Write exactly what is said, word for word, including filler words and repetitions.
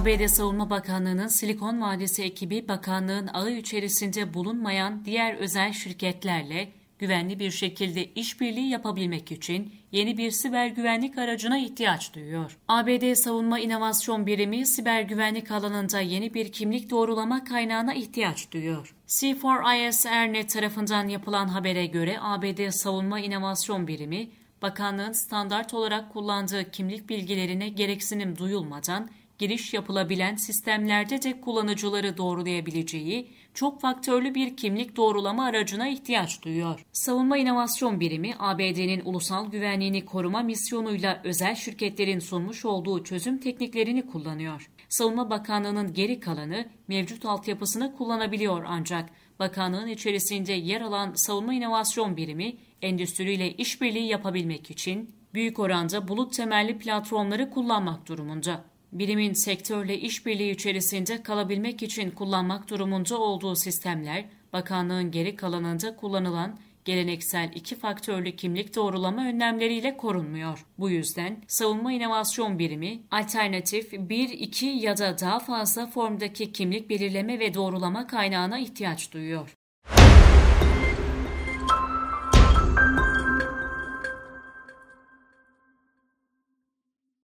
A B D Savunma Bakanlığı'nın Silikon Vadisi ekibi, bakanlığın ağı içerisinde bulunmayan diğer özel şirketlerle güvenli bir şekilde işbirliği yapabilmek için yeni bir siber güvenlik aracına ihtiyaç duyuyor. A B D Savunma İnovasyon Birimi, siber güvenlik alanında yeni bir kimlik doğrulama kaynağına ihtiyaç duyuyor. C dört I S Ernet tarafından yapılan habere göre A B D Savunma İnovasyon Birimi, bakanlığın standart olarak kullandığı kimlik bilgilerine gereksinim duyulmadan giriş yapılabilen sistemlerde de kullanıcıları doğrulayabileceği çok faktörlü bir kimlik doğrulama aracına ihtiyaç duyuyor. Savunma İnovasyon Birimi, A B D'nin ulusal güvenliğini koruma misyonuyla özel şirketlerin sunmuş olduğu çözüm tekniklerini kullanıyor. Savunma Bakanlığı'nın geri kalanı mevcut altyapısını kullanabiliyor, ancak bakanlığın içerisinde yer alan Savunma İnovasyon Birimi, endüstriyle işbirliği yapabilmek için büyük oranda bulut temelli platformları kullanmak durumunda. Birimin sektörle işbirliği içerisinde kalabilmek için kullanmak durumunda olduğu sistemler, bakanlığın geri kalanında kullanılan geleneksel iki faktörlü kimlik doğrulama önlemleriyle korunmuyor. Bu yüzden Savunma İnovasyon Birimi, alternatif bir, iki ya da daha fazla formdaki kimlik belirleme ve doğrulama kaynağına ihtiyaç duyuyor.